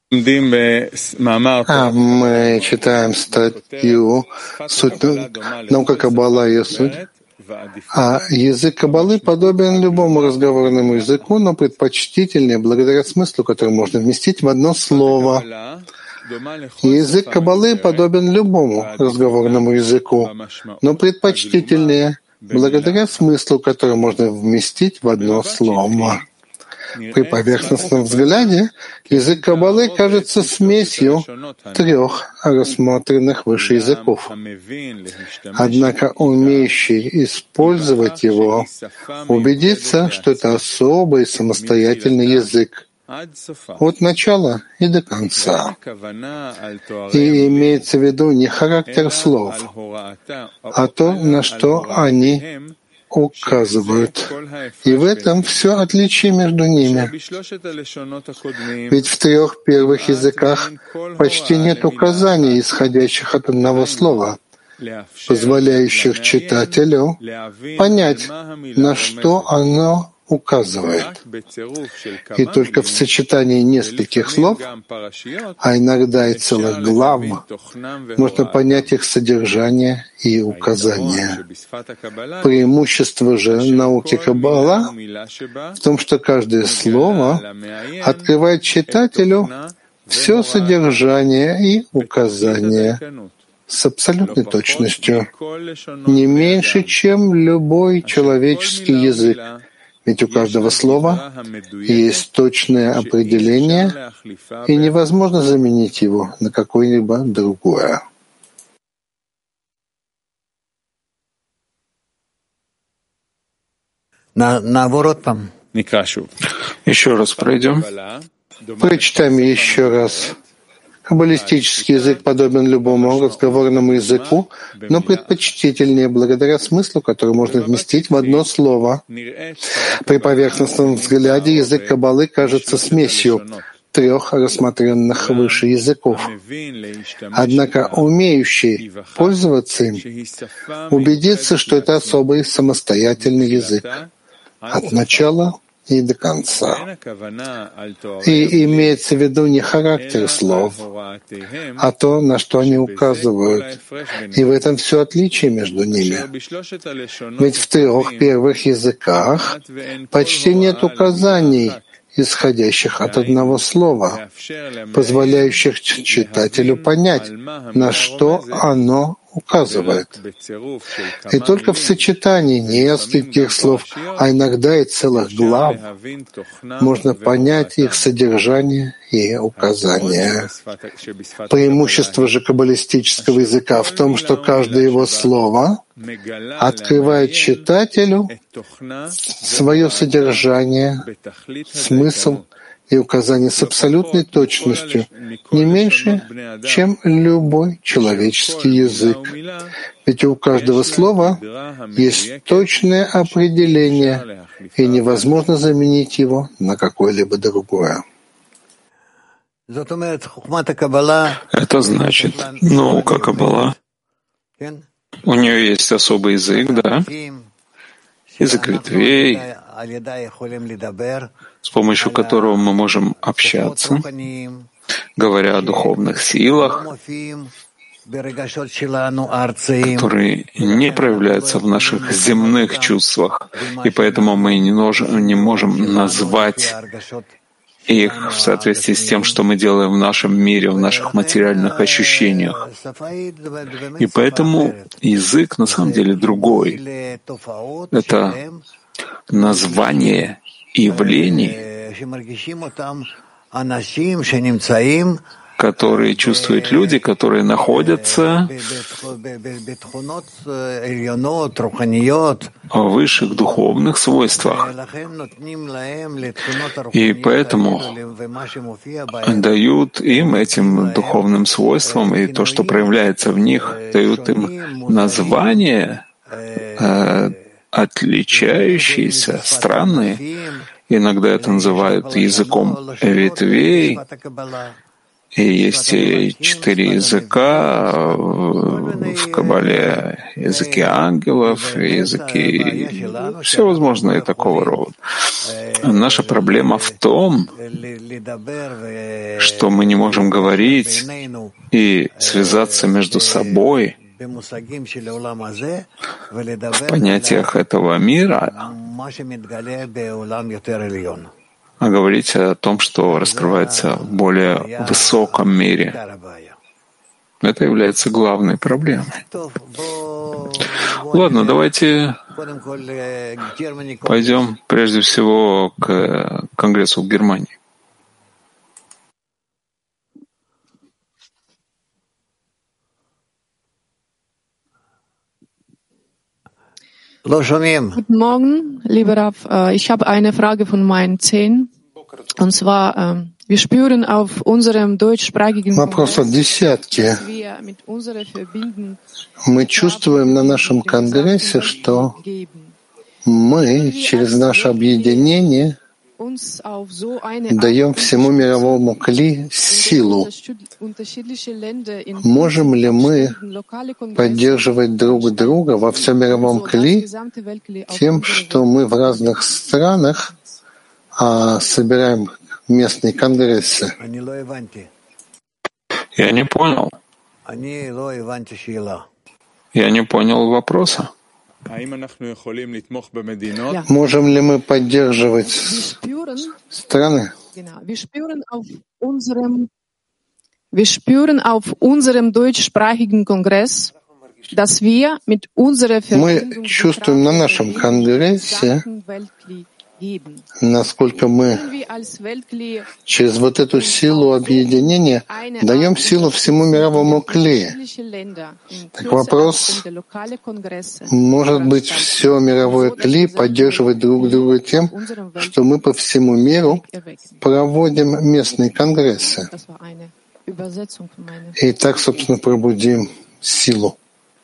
Мы читаем статью «Суть наука Каббала и суть». А язык Каббалы подобен любому разговорному языку, но предпочтительнее благодаря смыслу, который можно вместить в одно слово. Язык Каббалы подобен любому разговорному языку, но предпочтительнее благодаря смыслу, который можно вместить в одно слово. При поверхностном взгляде язык Каббалы кажется смесью трех рассмотренных выше языков. Однако умеющий использовать его убедится, что это особый самостоятельный язык от начала и до конца. И имеется в виду не характер слов, а то, на что они указывают. И в этом все отличие между ними. Ведь в трех первых языках почти нет указаний, исходящих от одного слова, позволяющих читателю понять, на что оно указывает. И только в сочетании нескольких слов, а иногда и целых глав, можно понять их содержание и указания. Преимущество же науки Каббала в том, что каждое слово открывает читателю все содержание и указания с абсолютной точностью, не меньше, чем любой человеческий язык. Ведь у каждого слова есть точное определение, и невозможно заменить его на какое-либо другое. Еще раз пройдем. Прочитаем еще раз. Каббалистический язык подобен любому разговорному языку, но предпочтительнее благодаря смыслу, который можно вместить в одно слово. При поверхностном взгляде язык Каббалы кажется смесью трех рассмотренных выше языков. Однако умеющий пользоваться им убедится, что это особый самостоятельный язык от начала и до конца. И имеется в виду не характер слов, а то, на что они указывают. И в этом все отличие между ними. Ведь в трех первых языках почти нет указаний, исходящих от одного слова, позволяющих читателю понять, на что оно указывает. И только в сочетании нескольких слов, а иногда и целых глав, можно понять их содержание и указания. Преимущество же каббалистического языка в том, что каждое его слово открывает читателю свое содержание, смысл и указание с абсолютной точностью, не меньше, чем любой человеческий язык. Ведь у каждого слова есть точное определение, и невозможно заменить его на какое-либо другое. Это значит, наука Каббала, у нее есть особый язык, да? Язык ветвей, с помощью которого мы можем общаться, говоря о духовных силах, которые не проявляются в наших земных чувствах, и поэтому мы не можем назвать их в соответствии с тем, что мы делаем в нашем мире, в наших материальных ощущениях. И поэтому язык на самом деле другой. Это название явлений, которые чувствуют люди, которые находятся в высших духовных свойствах. И поэтому дают им, этим духовным свойствам, и то, что проявляется в них, дают им названия, отличающиеся, странные. Иногда это называют языком ветвей, И есть 4 языка в Кабале, языки ангелов, языки всевозможные такого рода. Наша проблема в том, что мы не можем говорить и связаться между собой в понятиях этого мира, а говорить о том, что раскрывается в более высоком мире. Это является главной проблемой. Ладно, давайте пойдем прежде всего к Конгрессу в Германии. Guten Morgen, lieber Rav. Ich habe eine Frage von meinen 10. Und zwar, wir spüren auf unserem deutschsprachigen Вопрос от десятки. dass wir mit unserer Verbindung Мы чувствуем на нашем конгрессе, что мы через наше объединение uns auf so eine даем всему мировому кли силу. unterschiedliche Länder in Можем ли мы lokale Kongresse поддерживать друг друга во всем мировом кли gesamte Weltkli auf тем, что мы в разных странах собираем местные конгрессы? Я не понял. Я не понял вопроса. Можем ли мы поддерживать страны? Wir spüren auf unserem deutschsprachigen Kongress, dass wir mit unserer Мы чувствуем на нашем конгрессе, насколько мы через вот эту силу объединения даем силу всему мировому кли. Так вопрос, может быть, все мировое кли поддерживать друг друга тем, что мы по всему миру проводим местные конгрессы. И так, собственно, пробудим силу.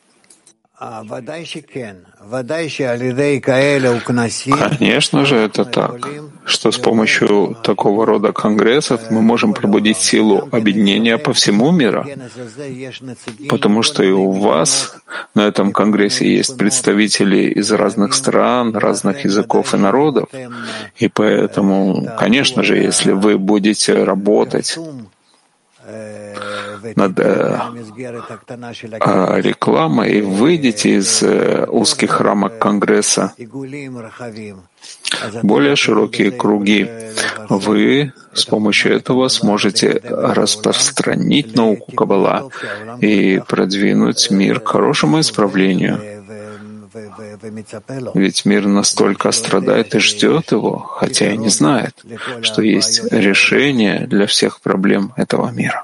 Конечно же, это так, что с помощью такого рода конгрессов мы можем пробудить силу объединения по всему миру, потому что и у вас на этом конгрессе есть представители из разных стран, разных языков и народов, и поэтому, конечно же, если вы будете работать над рекламой и выйдете из узких рамок Конгресса более широкие круги, вы с помощью этого сможете распространить науку Каббала и продвинуть мир к хорошему исправлению. Ведь мир настолько страдает и ждет его, хотя и не знает, что есть решение для всех проблем этого мира.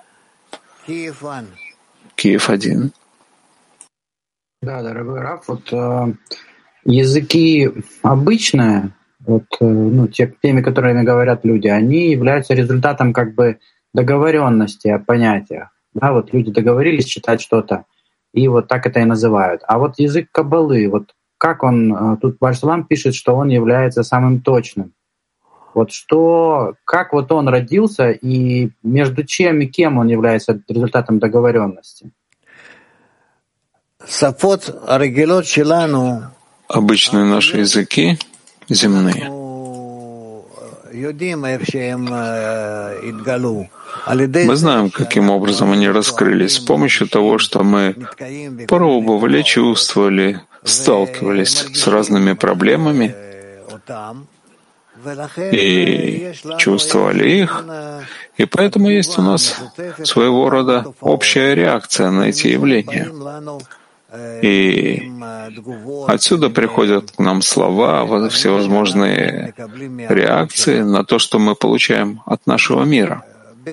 Киев-1. Да, дорогой Рав, языки обычные, теми, которыми говорят люди, они являются результатом договоренности о понятиях. Да, люди договорились читать что-то, и так это и называют. А язык Каббалы, как он, тут Бар-Салам пишет, что он является самым точным. Как он родился и между чем и кем он является результатом договоренности? Обычные наши языки земные. Мы знаем, каким образом они раскрылись, с помощью того, что мы пробовали, чувствовали, сталкивались с разными проблемами и чувствовали их, и поэтому есть у нас своего рода общая реакция на эти явления. И отсюда приходят к нам слова, всевозможные реакции на то, что мы получаем от нашего мира.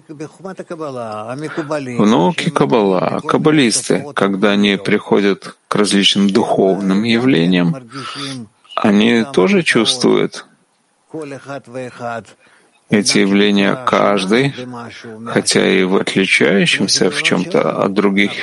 В науке Каббала, каббалисты, когда они приходят к различным духовным явлениям, они тоже чувствуют эти явления каждый, хотя и в отличающемся в чем-то от других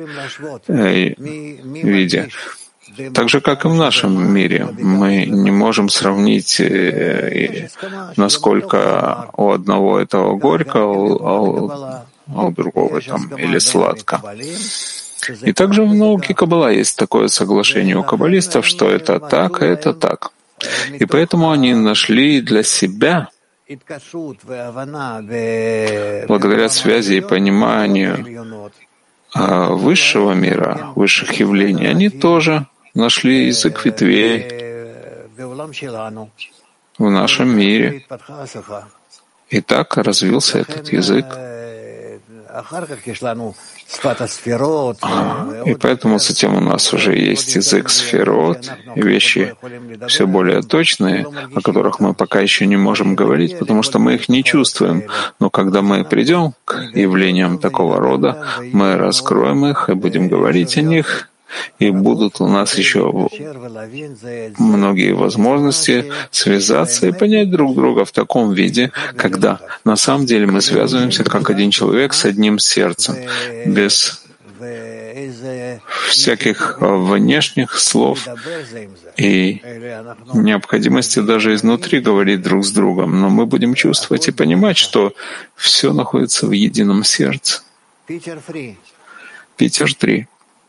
виде. Так же, как и в нашем мире, мы не можем сравнить, насколько у одного этого горько, а а у другого там или сладко. И также в науке Каббала есть такое соглашение у каббалистов, что это так, а это так. И поэтому они нашли для себя, благодаря связи и пониманию высшего мира, высших явлений, они тоже нашли язык ветвей в нашем мире. И так развился этот язык. И поэтому затем у нас уже есть язык сферот, и вещи все более точные, о которых мы пока еще не можем говорить, потому что мы их не чувствуем. Но когда мы придем к явлениям такого рода, мы раскроем их и будем говорить о них, и будут у нас еще многие возможности связаться и понять друг друга в таком виде, когда на самом деле мы связываемся как один человек с одним сердцем, без всяких внешних слов и необходимости даже изнутри говорить друг с другом. Но мы будем чувствовать и понимать, что все находится в едином сердце. Питер 3.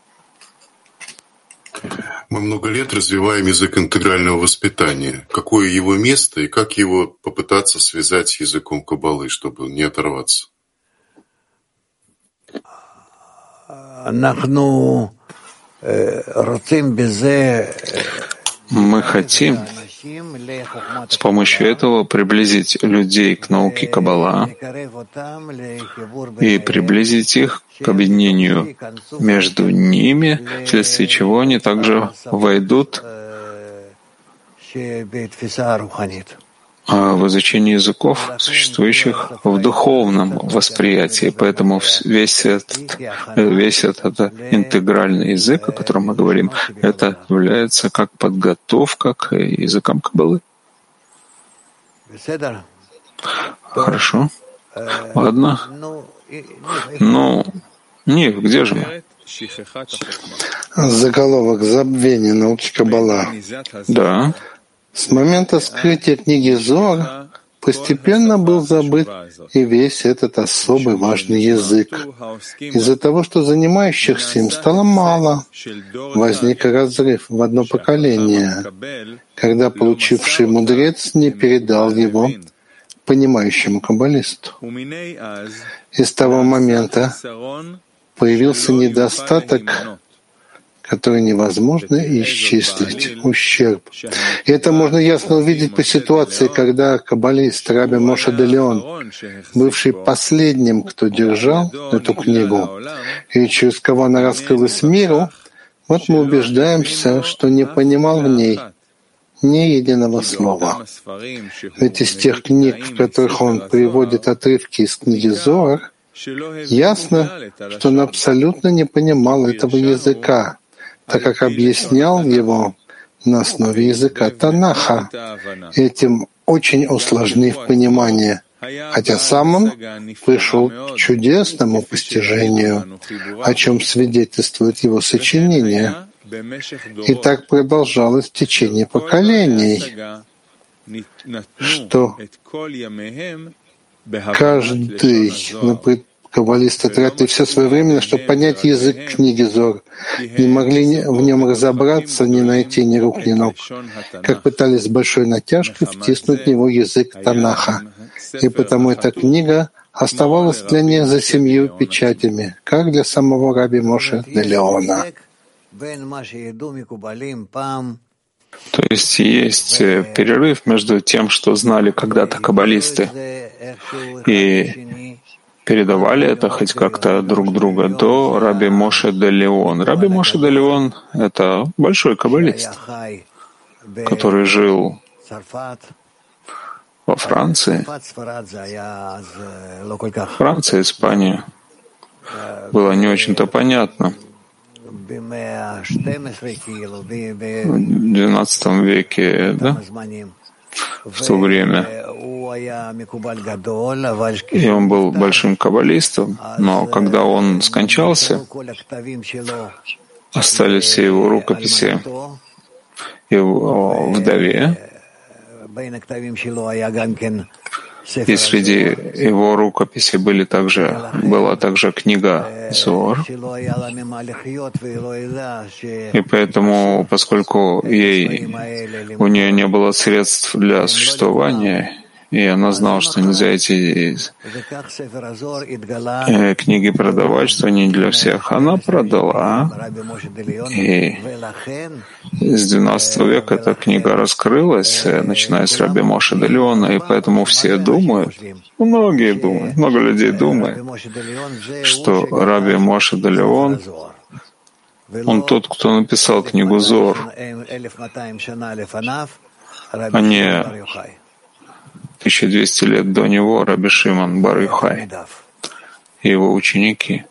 Мы много лет развиваем язык интегрального воспитания. Какое его место и как его попытаться связать с языком Каббалы, чтобы не оторваться? Мы хотим с помощью этого приблизить людей к науке Каббала и приблизить их к объединению между ними, вследствие чего они также войдут в изучение языков, существующих в духовном восприятии. Поэтому весь этот интегральный язык, о котором мы говорим, это является как подготовка к языкам Каббалы. Хорошо. Ладно. Ник, где же мы? Заголовок «Забвение науки Каббала». Да. С момента скрытия книги Зоар постепенно был забыт и весь этот особый важный язык. Из-за того, что занимающихся им стало мало, возник разрыв в одно поколение, когда получивший мудрец не передал его понимающему каббалисту. И с того момента появился недостаток, который невозможно исчислить, ущерб. И это можно ясно увидеть по ситуации, когда каббалист Раби Моше де Леон, бывший последним, кто держал эту книгу, и через кого она раскрылась миру, вот мы убеждаемся, что не понимал в ней ни единого слова. Ведь из тех книг, в которых он приводит отрывки из книги Зоар, ясно, что он абсолютно не понимал этого языка, так как объяснял его на основе языка Танаха, этим очень усложнив понимание, хотя сам он пришел к чудесному постижению, о чем свидетельствует его сочинение. И так продолжалось в течение поколений, что каждый каббалисты тратили все свое время, чтобы понять язык книги Зоар, не могли в нем разобраться, не найти ни рук, ни ног, как пытались с большой натяжкой втиснуть в него язык Танаха. И потому эта книга оставалась для них за 7 печатями, как для самого Раби Моше де Леона. То есть перерыв между тем, что знали когда-то каббалисты, и передавали это хоть как-то друг друга до Раби Моше де Леон. Раби Моше де Леон — это большой каббалист, который жил во Франции. Франция, Испания. Было не очень-то понятно. В XII веке, да? В то время. И он был большим каббалистом, но когда он скончался, остались все его рукописи его вдове, И среди его рукописей была также книга Зор. И поэтому, поскольку у нее не было средств для существования, и она знала, что нельзя эти книги продавать, что они для всех, она продала. И с XII века эта книга раскрылась, начиная с Раби Моше де Леона, и поэтому все думают, много людей думает, что Раби Моше де Леон, он тот, кто написал книгу Зор, а не 1200 лет до него Раби Шимон бар Йохай и его ученики.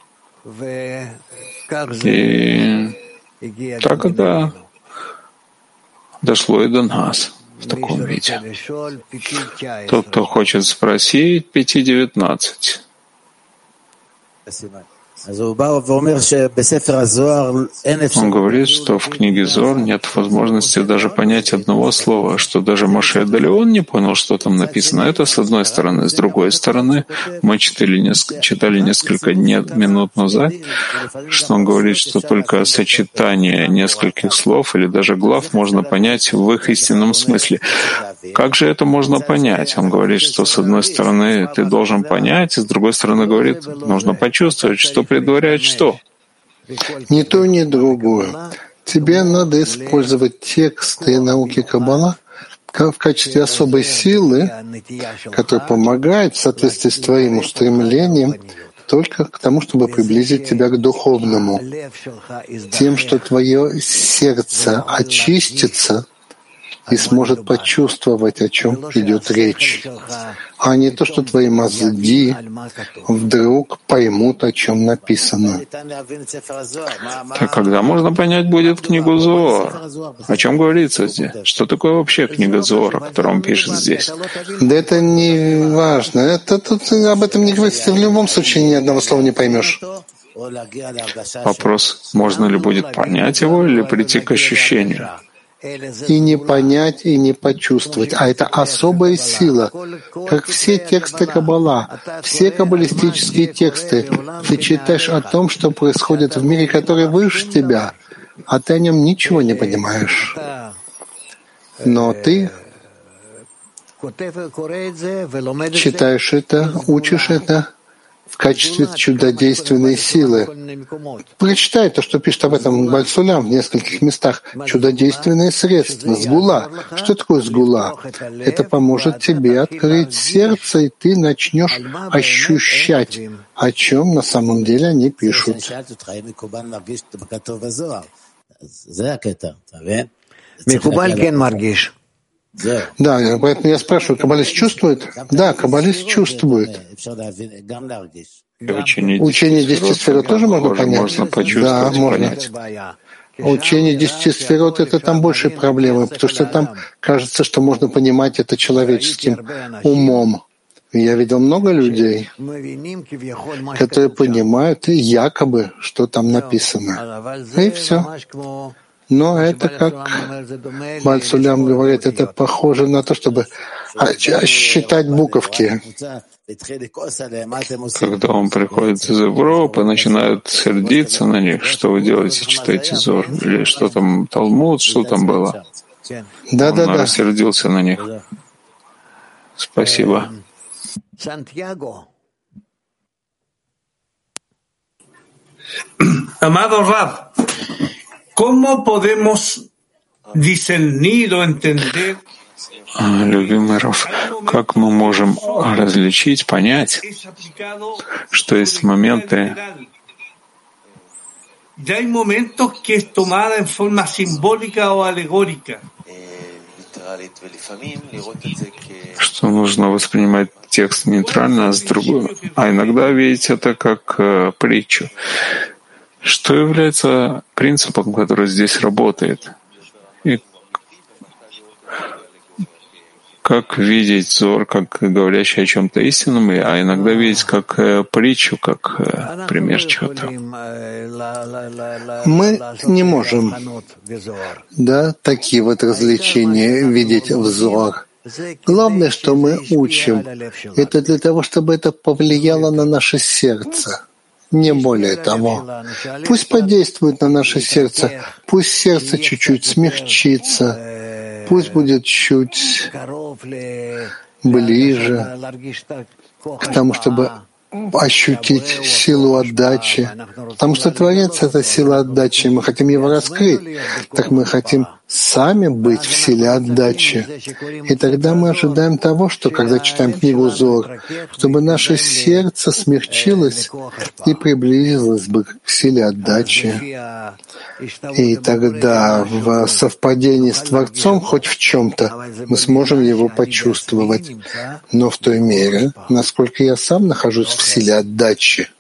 И так это дошло и до нас в таком виде. Тот, кто хочет спросить, 5:19. Он говорит, что в книге Зор нет возможности даже понять одного слова, что даже Моше де Леон не понял, что там написано. Это с одной стороны. С другой стороны, мы читали несколько минут назад, что он говорит, что только сочетание нескольких слов или даже глав можно понять в их истинном смысле. Как же это можно понять? Он говорит, что с одной стороны ты должен понять, с другой стороны говорит, нужно почувствовать, что предваряет что. Ни то, ни другое. Тебе надо использовать тексты науки Каббала в качестве особой силы, которая помогает в соответствии с твоим устремлением только к тому, чтобы приблизить тебя к духовному. Тем, что твое сердце очистится и сможет почувствовать, о чем идет речь, а не то, что твои мозги вдруг поймут, о чем написано. Так когда можно понять будет книгу Зоар? О чем говорится здесь? Что такое вообще книга Зоар, о которой он пишет здесь? Да это не важно. Тут об этом не говорится. Ты в любом случае ни одного слова не поймешь. Вопрос, можно ли будет понять его или прийти к ощущению? И не понять, и не почувствовать. А это особая сила. Как все тексты Каббала, все каббалистические тексты. Ты читаешь о том, что происходит в мире, который выше тебя, а ты о нем ничего не понимаешь. Но ты читаешь это, учишь это в качестве чудодейственной силы. Прочитай то, что пишет об этом Баль-Сулям в нескольких местах. Чудодейственные средства, сгула. Что такое сгула? Это поможет тебе открыть сердце, и ты начнешь ощущать, о чем на самом деле они пишут. Да, поэтому я спрашиваю, каббалист чувствует? Да, каббалист чувствует. Учение 10 сферот тоже можно понять? Можно почувствовать, да, можно. понять. Учение 10 сферот — это там большие проблемы, потому что там кажется, что можно понимать это человеческим умом. Я видел много людей, которые понимают якобы, что там написано. И все. Но это, как Баль-Сулям говорит, это похоже на то, чтобы считать буковки. Когда он приходит из Европы, начинают сердиться на них, что вы делаете, читаете Зор, или что там Талмуд, что там было. Да. Он рассердился на них. Спасибо. Amado Rab, ¿cómo podemos discernir o entender? Любимый Раф, как мы можем различить, понять, что есть моменты, что нужно воспринимать текст нейтрально, а иногда видеть это как притчу. Что является принципом, который здесь работает? И как видеть Зор, как говорящий о чем-то истинном, а иногда видеть как притчу, как пример чего-то. Мы не можем такие вот развлечения видеть в Зор. Главное, что мы учим, это для того, чтобы это повлияло на наше сердце. Не более того. Пусть подействует на наше сердце, пусть сердце чуть-чуть смягчится, пусть будет чуть ближе к тому, чтобы ощутить силу отдачи. Потому что Творец — это сила отдачи, мы хотим его раскрыть. Так мы хотим сами быть в силе отдачи. И тогда мы ожидаем того, что, когда читаем книгу Зоар, чтобы наше сердце смягчилось и приблизилось бы к силе отдачи. И тогда в совпадении с Творцом хоть в чем-то мы сможем его почувствовать, но в той мере, насколько я сам нахожусь в силе отдачи.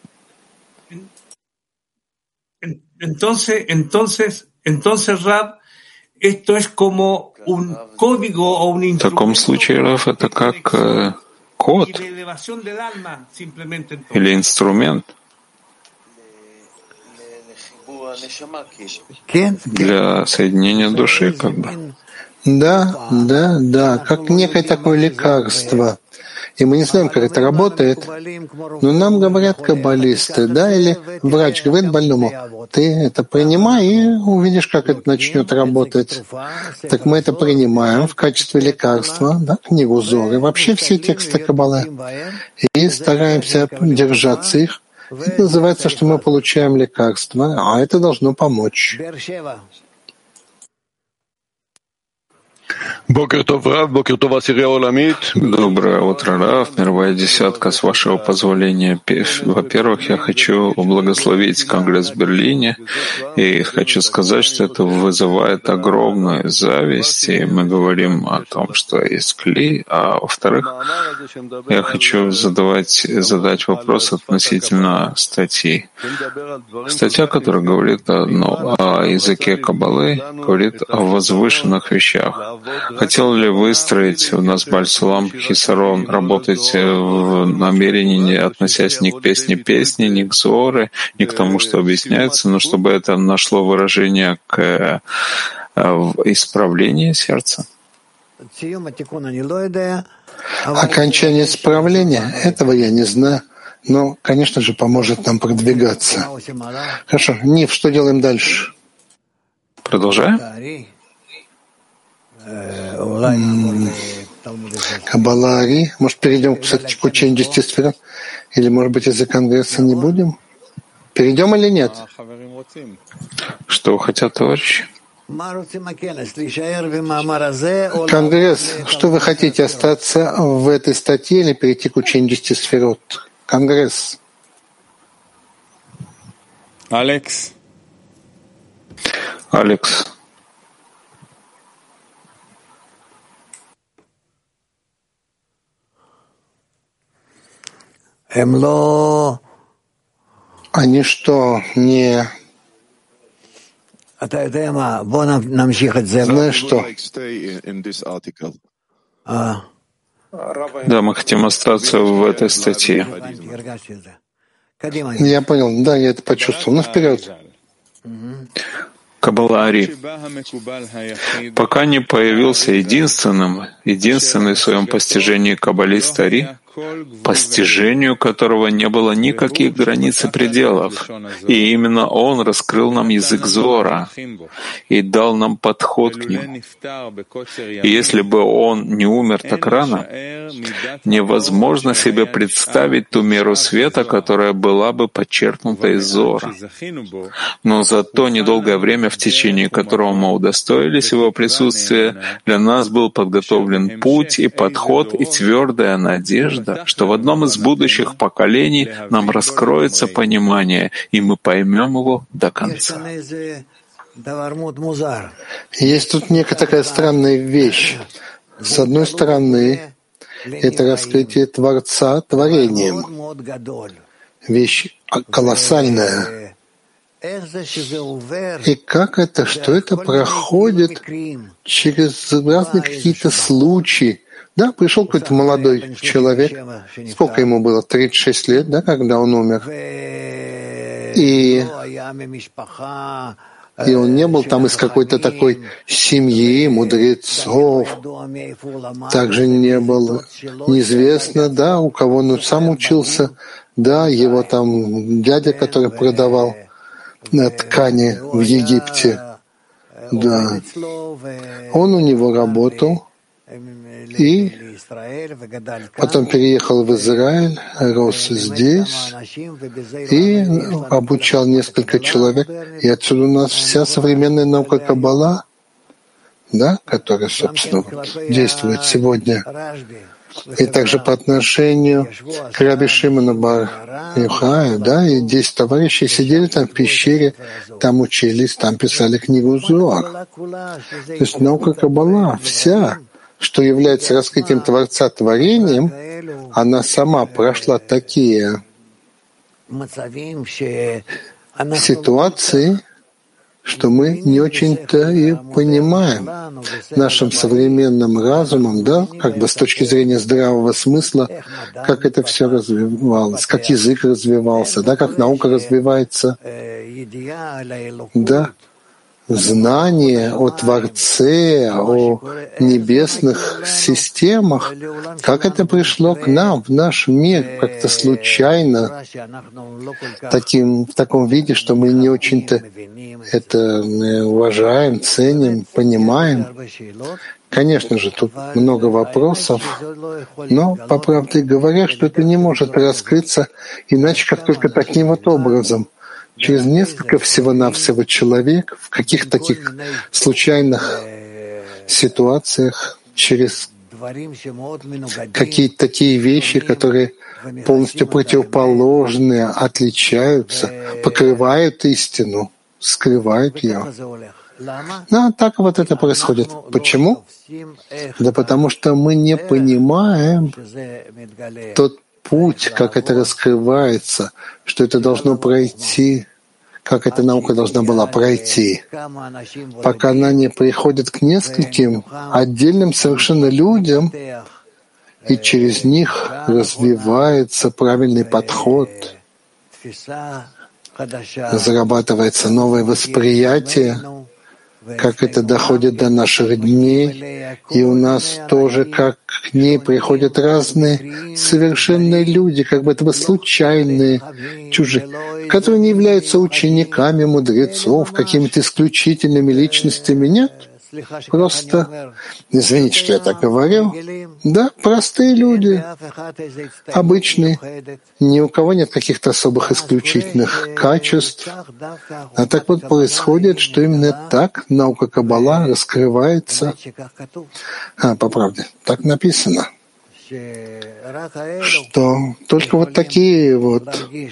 Entonces, Rab, esto es como un código o un В таком случае, Рав, это как код или инструмент для соединения души, как бы. Да, как некое такое лекарство. И мы не знаем, как это работает, но нам говорят каббалисты, да, или врач говорит больному, ты это принимай и увидишь, как это начнет работать. Так мы это принимаем в качестве лекарства, да, книгу Зоар, и вообще все тексты Каббалы, и стараемся держаться их. Это называется, что мы получаем лекарство, а это должно помочь. Доброе утро, Рав, мировая десятка. С вашего позволения, во-первых, я хочу благословить Конгресс в Берлине, и хочу сказать, что это вызывает огромную зависть, и мы говорим о том, что есть кли, а во-вторых, я хочу задать вопрос относительно статьи. Статья, которая говорит о языке Каббалы, говорит о возвышенных вещах. Хотел ли выстроить у нас Бальсулам Хисарон, работать в намерении, не относясь ни к песне песни, ни к Зоаре, ни к тому, что объясняется, но чтобы это нашло выражение к исправлению сердца? Окончание исправления — этого я не знаю, но, конечно же, поможет нам продвигаться. Хорошо. Нив, что делаем дальше? Продолжаем? Каббала Ари. Может, перейдем все-таки к учению 10 сферот? Или, может быть, из-за Конгресса не будем? Перейдем или нет? Что хотят товарищи? Конгресс, что вы хотите, остаться в этой статье или перейти к учению 10 сферот? Конгресс. Алекс. Они что, не... Знаешь что? Да, мы хотим остаться в этой статье. Я понял, да, я это почувствовал. Ну, вперед. Каббала Ари. Пока не появился единственный в своем постижении каббалист Ари, постижению которого не было никаких границ и пределов. И именно он раскрыл нам язык Зоара и дал нам подход к нему. И если бы он не умер так рано, невозможно себе представить ту меру света, которая была бы подчеркнута из Зоара. Но за то недолгое время, в течение которого мы удостоились его присутствия, для нас был подготовлен путь и подход и твердая надежда, что в одном из будущих поколений нам раскроется понимание, и мы поймем его до конца. Есть тут некая такая странная вещь. С одной стороны, это раскрытие Творца творением. Вещь колоссальная. И как это, что это проходит через разные какие-то случаи. Да, пришел какой-то молодой человек, сколько ему было, 36 лет, да, когда он умер. И И он не был там из какой-то такой семьи мудрецов. Также не было неизвестно, да, у кого он сам учился, да, его там дядя, который продавал ткани в Египте, да. Он у него работал и потом переехал в Израиль, рос здесь и обучал несколько человек. И отсюда у нас вся современная наука Каббала, да, которая, собственно, действует сегодня. И также по отношению к Раби Шимону бар Йохаю, да, и 10 товарищей сидели там в пещере, там учились, там писали книгу Зоар. То есть наука Каббала вся, что является раскрытием Творца творением, она сама прошла такие ситуации, что мы не очень-то и понимаем нашим современным разумом, да, как бы с точки зрения здравого смысла, как это все развивалось, как язык развивался, да, как наука развивается, да, знание о Творце, о небесных системах, как это пришло к нам, в наш мир, как-то случайно, в таком виде, что мы не очень-то это уважаем, ценим, понимаем. Конечно же, тут много вопросов, но, по правде говоря, что это не может раскрыться иначе, как только таким вот образом. Через несколько всего-навсего человек в каких-то таких случайных ситуациях, через какие-то такие вещи, которые полностью противоположные, отличаются, покрывают истину, скрывают ее. Ну, так вот это происходит. Почему? Да потому что мы не понимаем тот путь, как это раскрывается, что это должно пройти, как эта наука должна была пройти, пока она не приходит к нескольким отдельным совершенно людям, и через них развивается правильный подход, зарабатывается новое восприятие, как это доходит до наших дней, и у нас тоже, как к ней приходят разные совершенные люди, как бы это бы случайные, чужие, которые не являются учениками мудрецов, какими-то исключительными личностями, нет. Просто, извините, что я так говорю, да, простые люди, обычные, ни у кого нет каких-то особых исключительных качеств. А так вот происходит, что именно так наука Каббала раскрывается. По правде, так написано, что только вот такие вот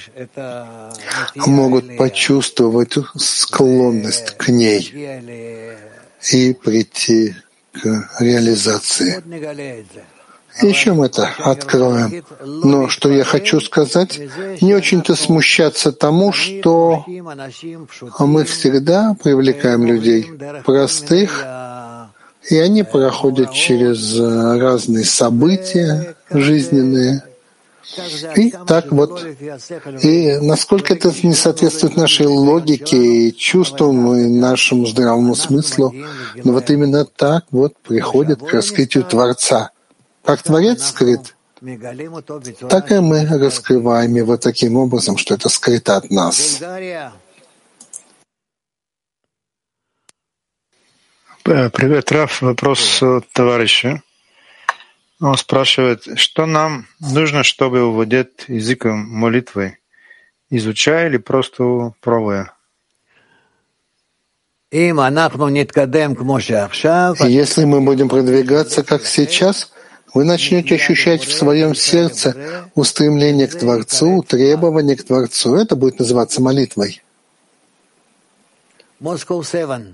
могут почувствовать склонность к ней и прийти к реализации. Еще мы это откроем. Но что я хочу сказать, не очень-то смущаться тому, что мы всегда привлекаем людей простых, и они проходят через разные события жизненные. И так вот, и насколько это не соответствует нашей логике и чувствам, и нашему здравому смыслу, но вот именно так вот приходит к раскрытию Творца. Как Творец скрыт, так и мы раскрываем его таким образом, что это скрыто от нас. Привет, Раф. Вопрос от товарища. Он спрашивает, что нам нужно, чтобы овладеть языком молитвы? Изучая или просто пробуя? Если мы будем продвигаться, как сейчас, вы начнете ощущать в своем сердце устремление к Творцу, требование к Творцу. Это будет называться молитвой. Moscow 7.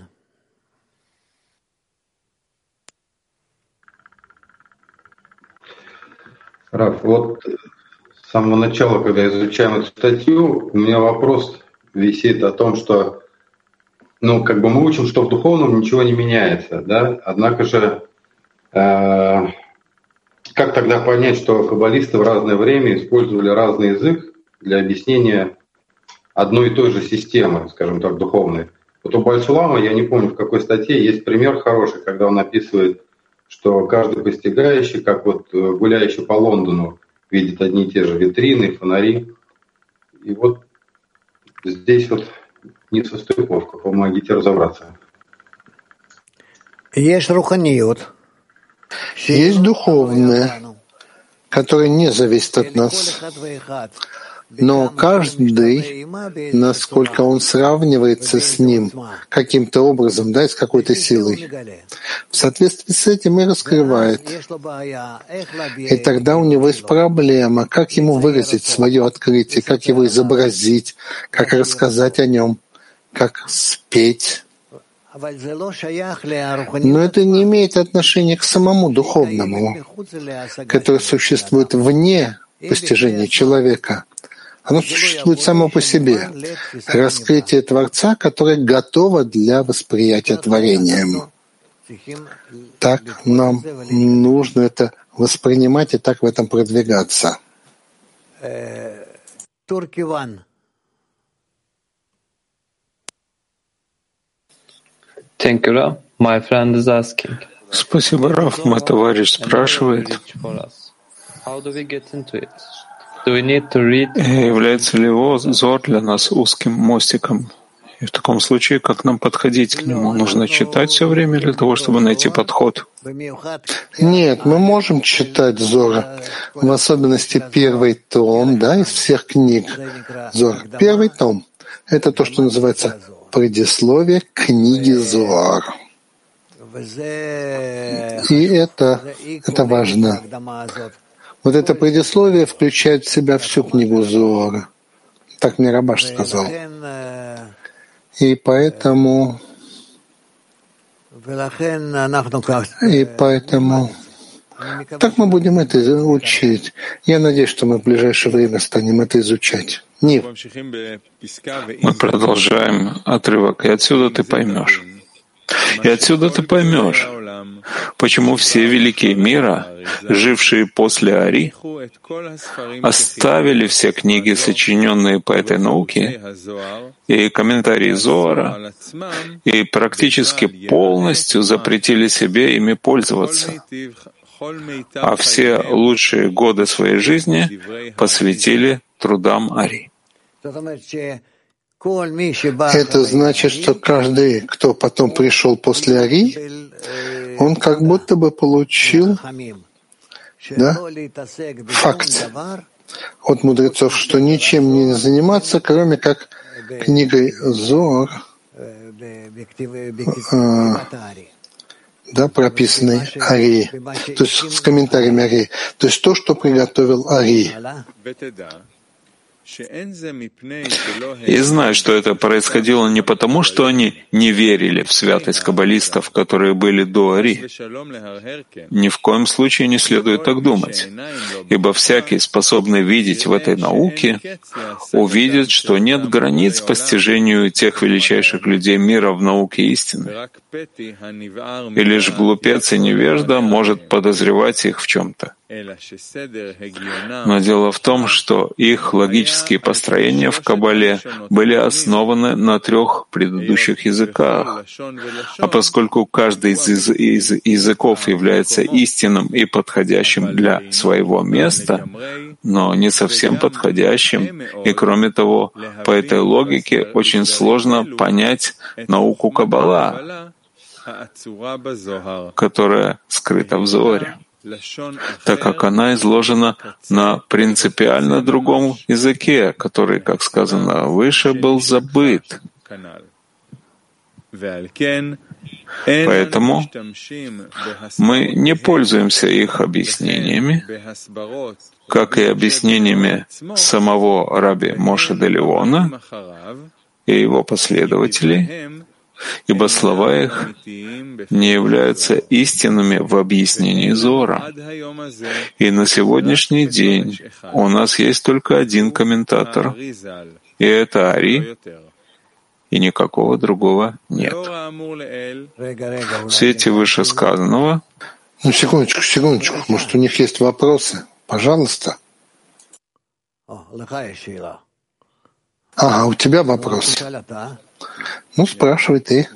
Раф, вот с самого начала, когда изучаем эту статью, у меня вопрос висит о том, что, мы учим, что в духовном ничего не меняется, да? Однако же, как тогда понять, что каббалисты в разное время использовали разный язык для объяснения одной и той же системы, скажем так, духовной? Вот у Бальсулама, я не помню, в какой статье, есть пример хороший, когда он описывает, что каждый постигающий, как вот гуляющий по Лондону, видит одни и те же витрины, фонари. И вот здесь вот несостыковка. Помогите разобраться. Есть духовное, которое не зависит от нас. Но каждый, насколько он сравнивается с ним каким-то образом, да, с какой-то силой, в соответствии с этим и раскрывает. И тогда у него есть проблема, как ему выразить свое открытие, как его изобразить, как рассказать о нем, как спеть. Но это не имеет отношения к самому духовному, который существует вне постижения человека. Оно существует само по себе. Раскрытие Творца, которое готово для восприятия творением. Так нам нужно это воспринимать и так в этом продвигаться. Thank you, Rav. My friend is asking. Спасибо, Раф. Мой товарищ спрашивает, является ли его Зор для нас узким мостиком? И в таком случае, как нам подходить к нему? Нужно читать все время для того, чтобы найти подход? Нет, мы можем читать Зора, в особенности первый том, да, из всех книг Зора. Первый том — это то, что называется предисловие книги Зоар. И это важно. Вот это предисловие включает в себя всю книгу Зоара. Так мне Рабаш сказал. И поэтому так мы будем это учить. Я надеюсь, что мы в ближайшее время станем это изучать. Нив. Мы продолжаем отрывок, и отсюда ты поймешь. И отсюда ты поймешь, почему все великие мира, жившие после Ари, оставили все книги, сочиненные по этой науке, и комментарии Зоара, и практически полностью запретили себе ими пользоваться, а все лучшие годы своей жизни посвятили трудам Ари. Это значит, что каждый, кто потом пришел после Ари, он как будто бы получил, да, факт от мудрецов, что ничем не заниматься, кроме как книгой Зоар, да, прописанной Ари, то есть с комментариями Ари, то есть то, что приготовил Ари. И знай, что это происходило не потому, что они не верили в святость каббалистов, которые были до Ари. Ни в коем случае не следует так думать, ибо всякий, способный видеть в этой науке, увидит, что нет границ постижению тех величайших людей мира в науке истины. И лишь глупец и невежда может подозревать их в чем-то. Но дело в том, что их логические построения в Каббале были основаны на 3 предыдущих языках. А поскольку каждый из языков является истинным и подходящим для своего места, но не совсем подходящим, и кроме того, по этой логике очень сложно понять науку Каббала, которая скрыта в Зоаре, так как она изложена на принципиально другом языке, который, как сказано выше, был забыт. Поэтому мы не пользуемся их объяснениями, как и объяснениями самого Раби Моше де Леона и его последователей, ибо слова их не являются истинными в объяснении Зоара. И на сегодняшний день у нас есть только один комментатор, и это Ари, и никакого другого нет. В свете вышесказанного... Секундочку, может, у них есть вопросы? Пожалуйста. Ага, у тебя вопрос. Ну, спрашивай ты.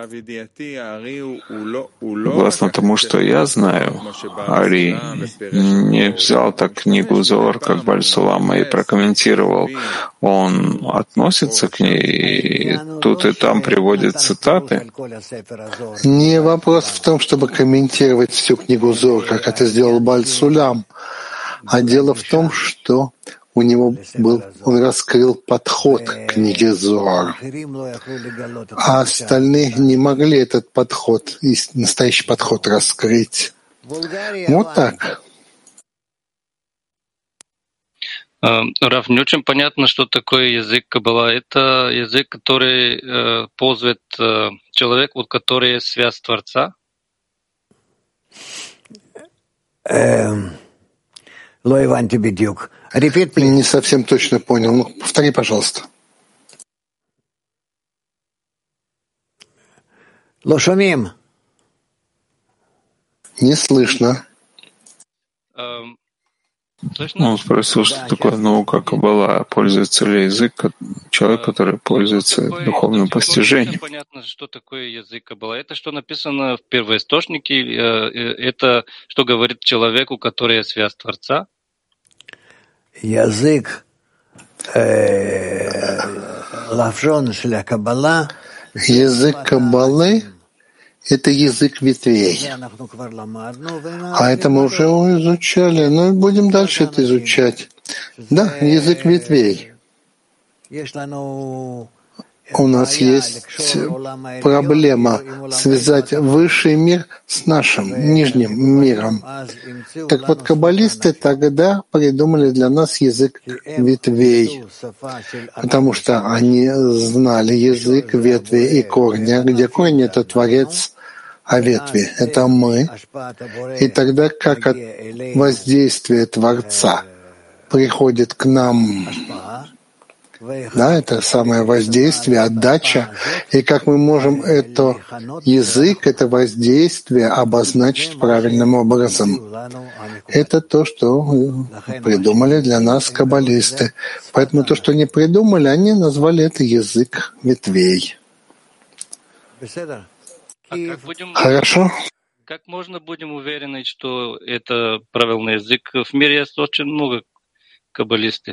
Согласно тому, что я знаю, Ари не взял так книгу Зоар, как Баль-Сулама, и прокомментировал. Он относится к ней, и тут и там приводит цитаты. Не вопрос в том, чтобы комментировать всю книгу Зоар, как это сделал Баль-Сулам, а дело в том, что он раскрыл подход к книге Зоар, а остальные не могли этот подход, настоящий подход раскрыть. Вот так. Раф, не очень понятно, что такое язык Каббала. Это язык, который пользует человек, который есть связь Творца? Не совсем точно понял. Ну, повтори, пожалуйста. Не слышно. Он спросил, что такое наука Каббала, пользуется ли язык человек, который пользуется духовным постижением. Понятно, что такое язык Каббала. Это что написано в первоисточнике? Это что говорит человеку, который есть связь Творца? Язык Каббалы — это язык ветвей. А это мы уже изучали, но будем дальше это изучать. Да, язык ветвей. У нас есть проблема связать высший мир с нашим нижним миром. Так вот, каббалисты тогда придумали для нас язык ветвей, потому что они знали язык ветви и корня, где корень — это Творец, а ветви — это мы. И тогда как от воздействия Творца приходит к нам, да, это самое воздействие, отдача, и как мы можем язык, это воздействие обозначить правильным образом. Это то, что придумали для нас каббалисты. Поэтому то, что они придумали, они назвали это язык ветвей. Хорошо? Как можно будем уверены, что это правильный язык? В мире есть очень много каббалистов.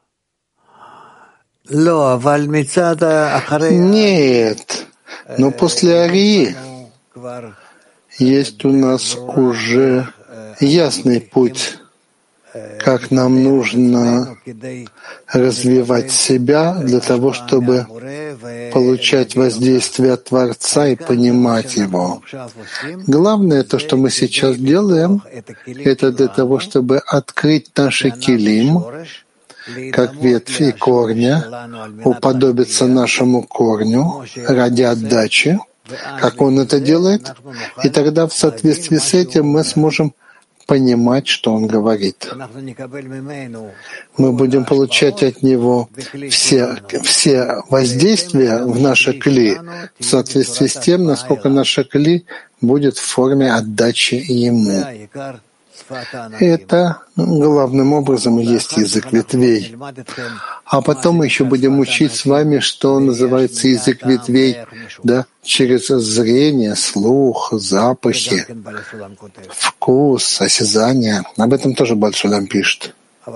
Нет, но после Арии есть у нас уже ясный путь, как нам нужно развивать себя для того, чтобы получать воздействие от Творца и понимать его. Главное, то, что мы сейчас делаем, это для того, чтобы открыть наши килим, как ветвь и корня, уподобиться нашему корню ради отдачи, как он это делает, и тогда в соответствии с этим мы сможем понимать, что он говорит. Мы будем получать от него все воздействия в наше кли в соответствии с тем, насколько наше кли будет в форме отдачи ему. Это главным образом и есть язык ветвей. А потом мы еще будем учить с вами, что называется язык ветвей, да, через зрение, слух, запахи, вкус, осязание. Об этом тоже Баль-Сулам пишет.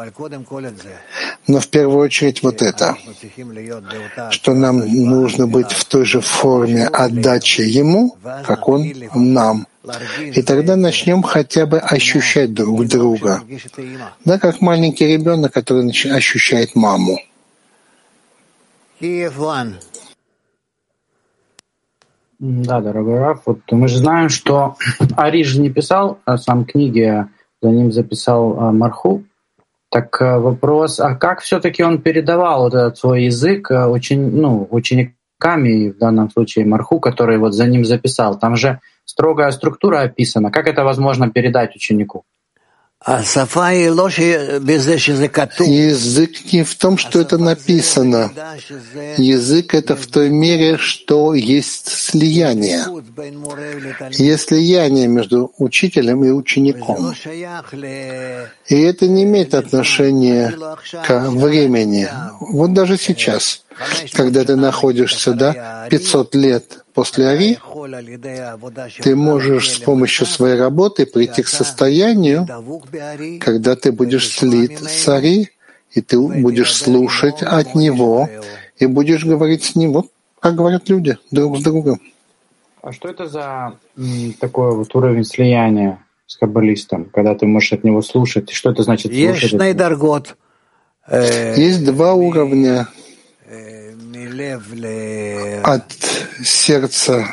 Но в первую очередь вот это, что нам нужно быть в той же форме отдачи ему, как он нам. И тогда начнем хотя бы ощущать друг друга. Да, как маленький ребенок, который ощущает маму. Да, дорогой Раф, вот мы же знаем, что Ари же не писал сам книги, а за ним записал Марху. Так вопрос, а как все-таки он передавал вот этот свой язык учениками, в данном случае Марху, который вот за ним записал? Там же строгая структура описана. Как это возможно передать ученику? Язык не в том, что это написано. Язык — это в той мере, что есть слияние. Есть слияние между учителем и учеником. И это не имеет отношения к времени. Вот даже сейчас, когда ты находишься, 500 лет после Ари, ты можешь с помощью своей работы прийти к состоянию, когда ты будешь слит с Ари, и ты будешь слушать от него, и будешь говорить с ним, вот как говорят люди друг с другом. А что это за такой вот уровень слияния с каббалистом, когда ты можешь от него слушать? Что это значит слушать? Есть два уровня от сердца,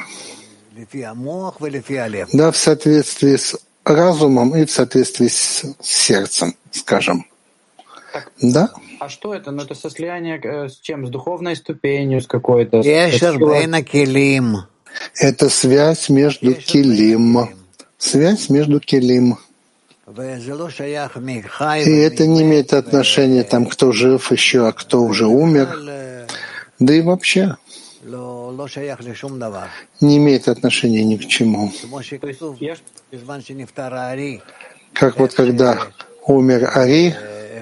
в соответствии с разумом и в соответствии с сердцем, скажем. Да? А что это? Ну, это со слияния с чем? С духовной ступенью, с какой-то? Это связь между келим. Связь между келим. И это не имеет отношения, кто жив еще, а кто уже умер. Да и вообще не имеет отношения ни к чему. Как вот когда умер Ари,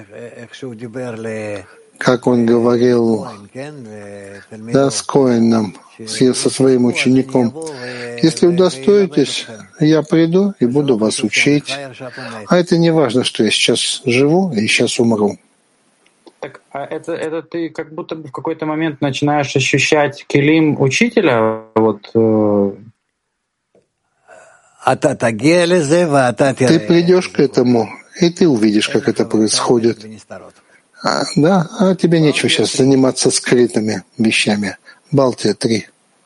как он говорил с Коэном, со своим учеником, если удостоитесь, я приду и буду вас учить. А это не важно, что я сейчас живу и сейчас умру. Так, а это ты как будто бы в какой-то момент начинаешь ощущать келим учителя? Ты придешь к этому, и ты увидишь, как это происходит. А тебе нечего сейчас заниматься скрытыми вещами. Балтия 3.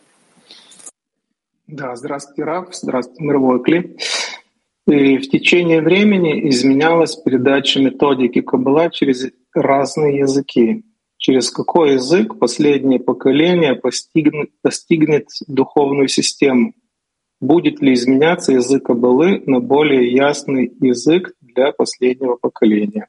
Да, здравствуйте, Рав, здравствуйте, мировой Кли. И в течение времени изменялась передача методики Каббала через разные языки. Через какой язык последнее поколение постигнет духовную систему? Будет ли изменяться язык Каббалы на более ясный язык для последнего поколения?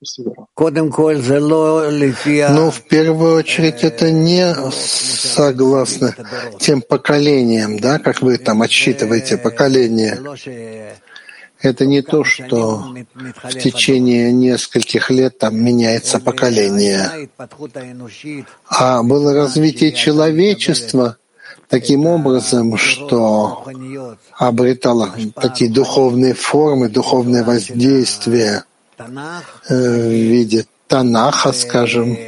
В первую очередь, это не согласно тем поколениям, как вы там отсчитываете поколения. Это не то, что в течение нескольких лет меняется поколение, а было развитие человечества таким образом, что обретало такие духовные формы, духовное воздействие в виде Танаха, скажем,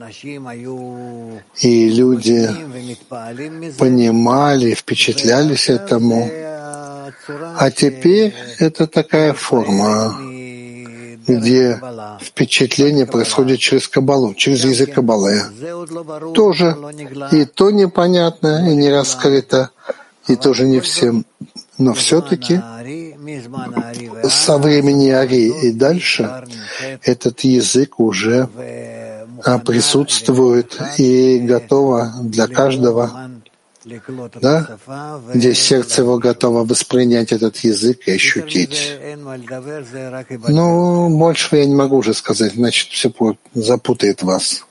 и люди понимали, впечатлялись этому. А теперь это такая форма, где впечатление происходит через Каббалу, через язык Каббалы. Тоже и то непонятно, и не раскрыто, и тоже не всем. Но все-таки со времени Ари и дальше этот язык уже присутствует и готово для каждого, где сердце его готово воспринять этот язык и ощутить. Больше я не могу уже сказать, значит, все запутает вас.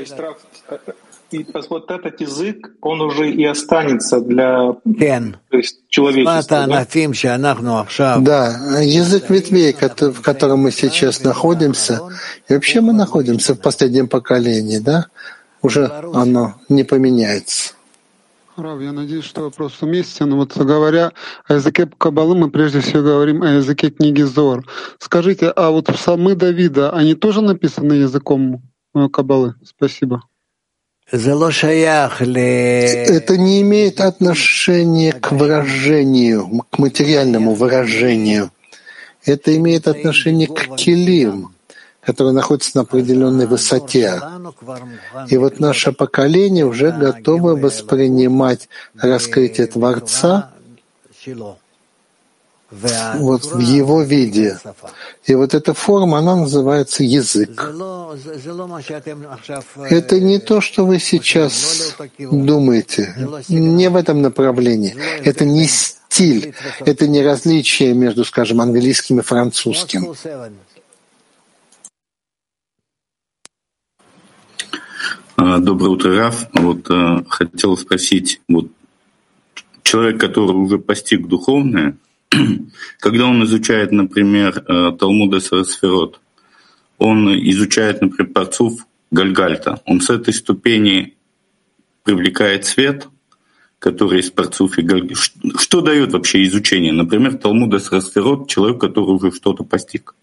И вот этот язык, он уже и останется для человечества. Да, язык ветвей, в котором мы сейчас находимся, и вообще мы находимся в последнем поколении, уже оно не поменяется. Рав, я надеюсь, что вопрос уместен. Говоря о языке Каббалы, мы прежде всего говорим о языке книги Зоар. Скажите, а псалмы Давида, они тоже написаны языком Каббалы? Спасибо. Это не имеет отношения к выражению, к материальному выражению. Это имеет отношение к келим, которые находятся на определенной высоте. И наше поколение уже готово воспринимать раскрытие Творца в его виде. И эта форма, она называется язык. Это не то, что вы сейчас думаете, не в этом направлении. Это не стиль, это не различие между, скажем, английским и французским. Доброе утро, Раф. Хотел спросить, человек, который уже постиг духовное, когда он изучает, например, Талмуд эсер сферот, он изучает, например, парцуф Гальгальта, он с этой ступени привлекает свет, который из парцуфа Гальгальта. Что дает вообще изучение? Например, Талмуд эсер сферот, человек, который уже что-то постиг.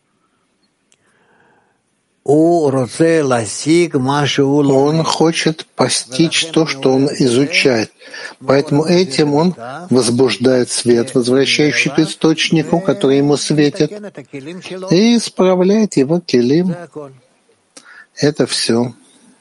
Он хочет постичь то, что он изучает. Поэтому этим он возбуждает свет, возвращающий к источнику, который ему светит, и исправляет его келим. Это все.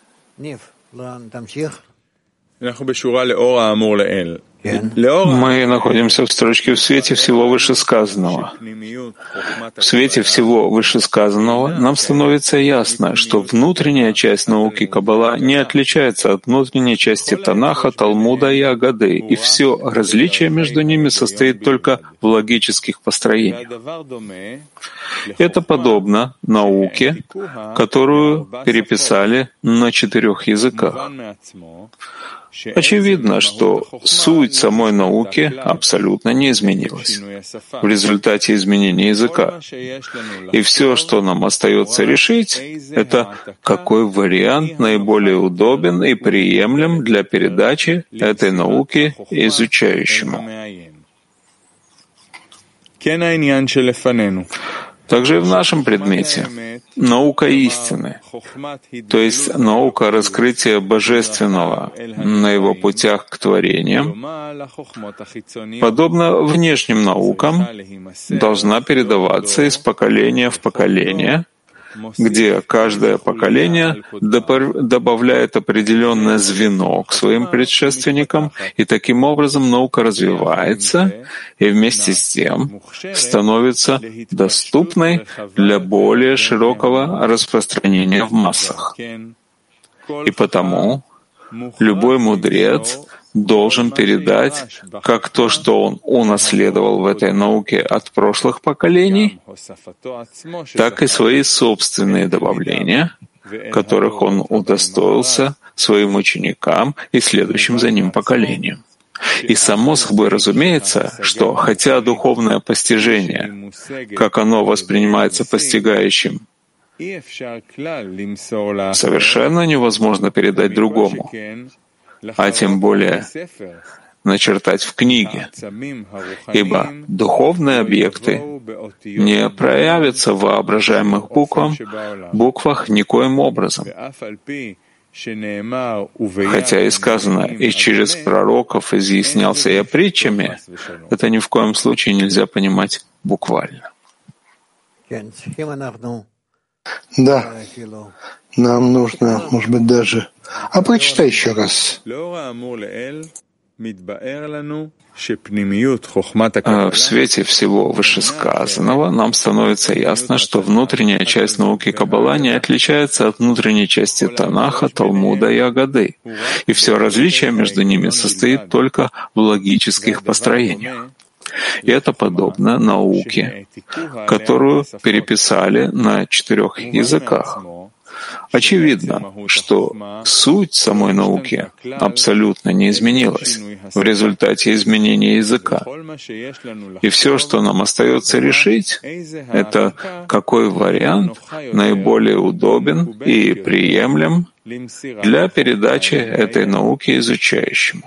Мы находимся в строчке «В свете всего вышесказанного». В свете всего вышесказанного нам становится ясно, что внутренняя часть науки Каббала не отличается от внутренней части Танаха, Талмуда и Агады, и все различие между ними состоит только в логических построениях. Это подобно науке, которую переписали на 4 языках. Очевидно, что суть самой науки абсолютно не изменилась в результате изменения языка. И все, что нам остается решить, это какой вариант наиболее удобен и приемлем для передачи этой науки изучающему. Также и в нашем предмете наука истины, то есть наука раскрытия Божественного на его путях к творениям, подобно внешним наукам, должна передаваться из поколения в поколение, где каждое поколение добавляет определенное звено к своим предшественникам, и таким образом наука развивается и вместе с тем становится доступной для более широкого распространения в массах. И потому любой мудрец должен передать как то, что он унаследовал в этой науке от прошлых поколений, так и свои собственные добавления, которых он удостоился своим ученикам и следующим за ним поколениям. И само собой разумеется, что хотя духовное постижение, как оно воспринимается постигающим, совершенно невозможно передать другому, а тем более начертать в книге, ибо духовные объекты не проявятся в воображаемых буквах никоим образом. Хотя и сказано, и через пророков изъяснялся я притчами, это ни в коем случае нельзя понимать буквально. Да, нам нужно, может быть, даже... А прочитай еще раз. В свете всего вышесказанного нам становится ясно, что внутренняя часть науки Каббала не отличается от внутренней части Танаха, Талмуда и Агады, и все различие между ними состоит только в логических построениях. И это подобно науке, которую переписали на 4 языках. Очевидно, что суть самой науки абсолютно не изменилась в результате изменения языка. И все, что нам остается решить, это какой вариант наиболее удобен и приемлем для передачи этой науки изучающему.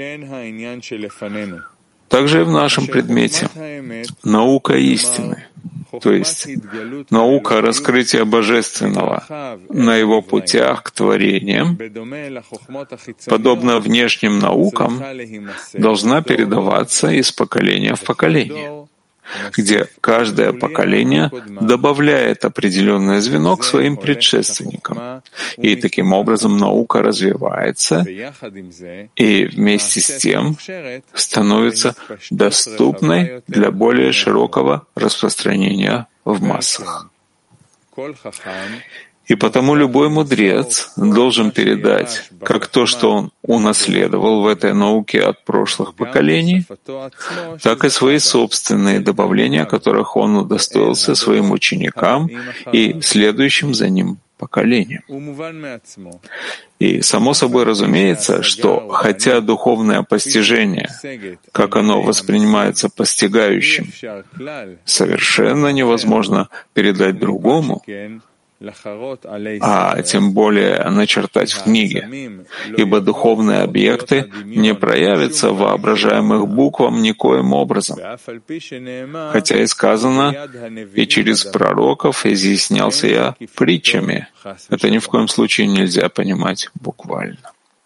Также и в нашем предмете наука истины, то есть наука раскрытия Божественного на его путях к творениям, подобно внешним наукам, должна передаваться из поколения в поколение, где каждое поколение добавляет определенное звено к своим предшественникам. И таким образом наука развивается и вместе с тем становится доступной для более широкого распространения в массах. И потому любой мудрец должен передать как то, что он унаследовал в этой науке от прошлых поколений, так и свои собственные добавления, которых он удостоился своим ученикам и следующим за ним поколениям. И само собой разумеется, что хотя духовное постижение, как оно воспринимается постигающим, совершенно невозможно передать другому, а тем более начертать в книге, ибо духовные объекты не проявятся воображаемых буквам никоим образом. Хотя и сказано, и через пророков изъяснялся я притчами. Это ни в коем случае нельзя понимать буквально.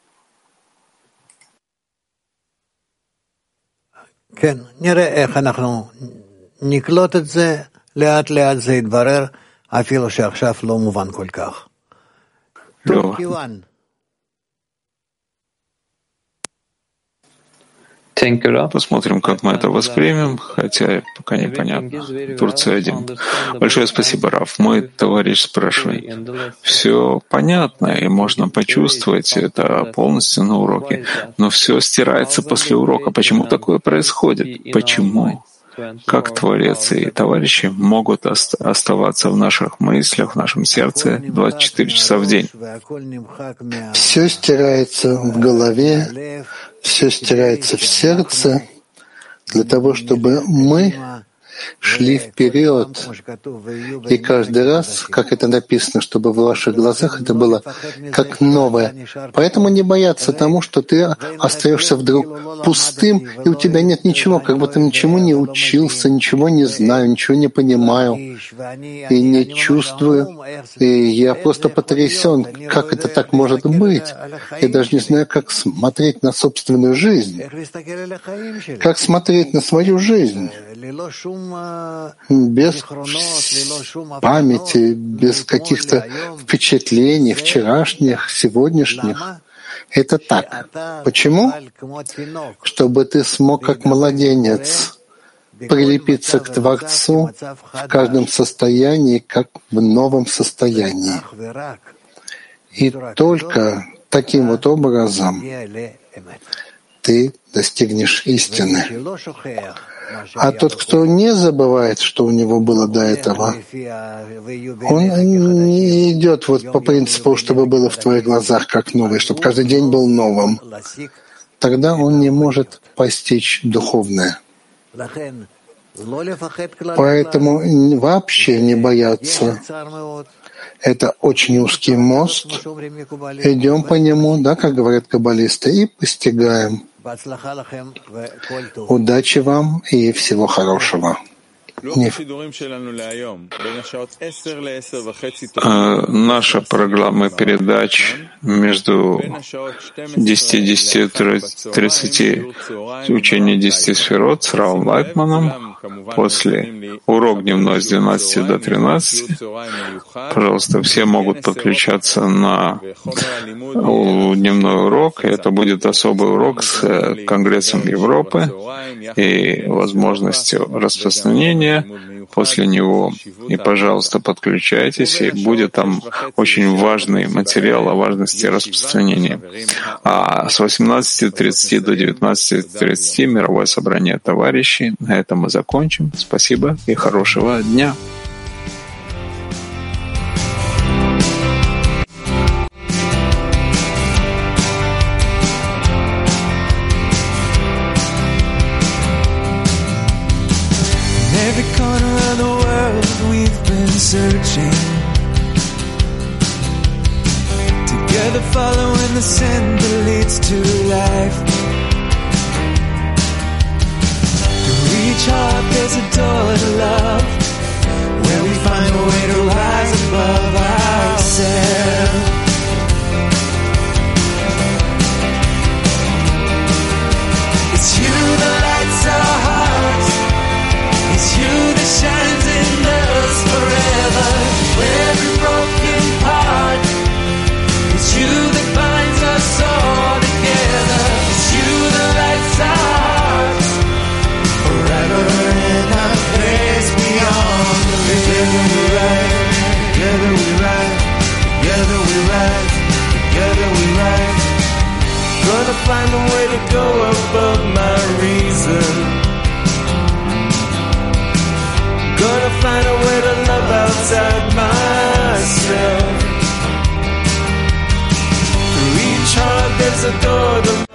Посмотрим, как мы это воспримем, хотя пока непонятно. Турция 1. Большое спасибо, Рав. Мой товарищ спрашивает. Все понятно, и можно почувствовать это полностью на уроке, но все стирается после урока. Почему такое происходит? Почему? Как Творец и товарищи могут оставаться в наших мыслях, в нашем сердце 24 часа в день? Все стирается в голове, все стирается в сердце для того, чтобы мы шли вперед. И каждый раз, как это написано, чтобы в ваших глазах это было как новое. Поэтому не бояться тому, что ты остаешься вдруг пустым, и у тебя нет ничего, как будто ничему не учился, ничего не знаю, ничего не понимаю и не чувствую. И я просто потрясен, как это так может быть. Я даже не знаю, как смотреть на собственную жизнь, как смотреть на свою жизнь. Без памяти, без каких-то впечатлений, вчерашних, сегодняшних. Это так. Почему? Чтобы ты смог, как младенец, прилепиться к Творцу в каждом состоянии, как в новом состоянии. И только таким вот образом ты достигнешь истины. А тот, кто не забывает, что у него было до этого, он не идет вот по принципу, чтобы было в твоих глазах как новое, чтобы каждый день был новым. Тогда он не может постичь духовное. Поэтому вообще не бояться. Это очень узкий мост. Идем по нему, да, как говорят каббалисты, и постигаем. Удачи вам и всего хорошего. Наша программа передач между 10 и 10:30 учение 10 сферот с Равом Лайтманом, после урок дневной с 12 до 13. Пожалуйста, все могут подключаться на дневной урок, и это будет особый урок с Конгрессом Европы и возможностью распространения после него. И, пожалуйста, подключайтесь, и будет там очень важный материал о важности распространения. А с 18:30 до 19:30 мировое собрание товарищей. На этом мы закончим. Спасибо и хорошего дня. Searching together, following the sin that leads to life. To each heart there's a door to love, where we find a way to rise above ourselves. It's you that lights our hearts, it's you that shines in us forever. Every broken part, it's you that binds us all together. It's you that lights our hearts forever in a place beyond the river. Together we ride, find a way to go above my reason. Gonna find a way to love outside myself. Through each heart there's a door.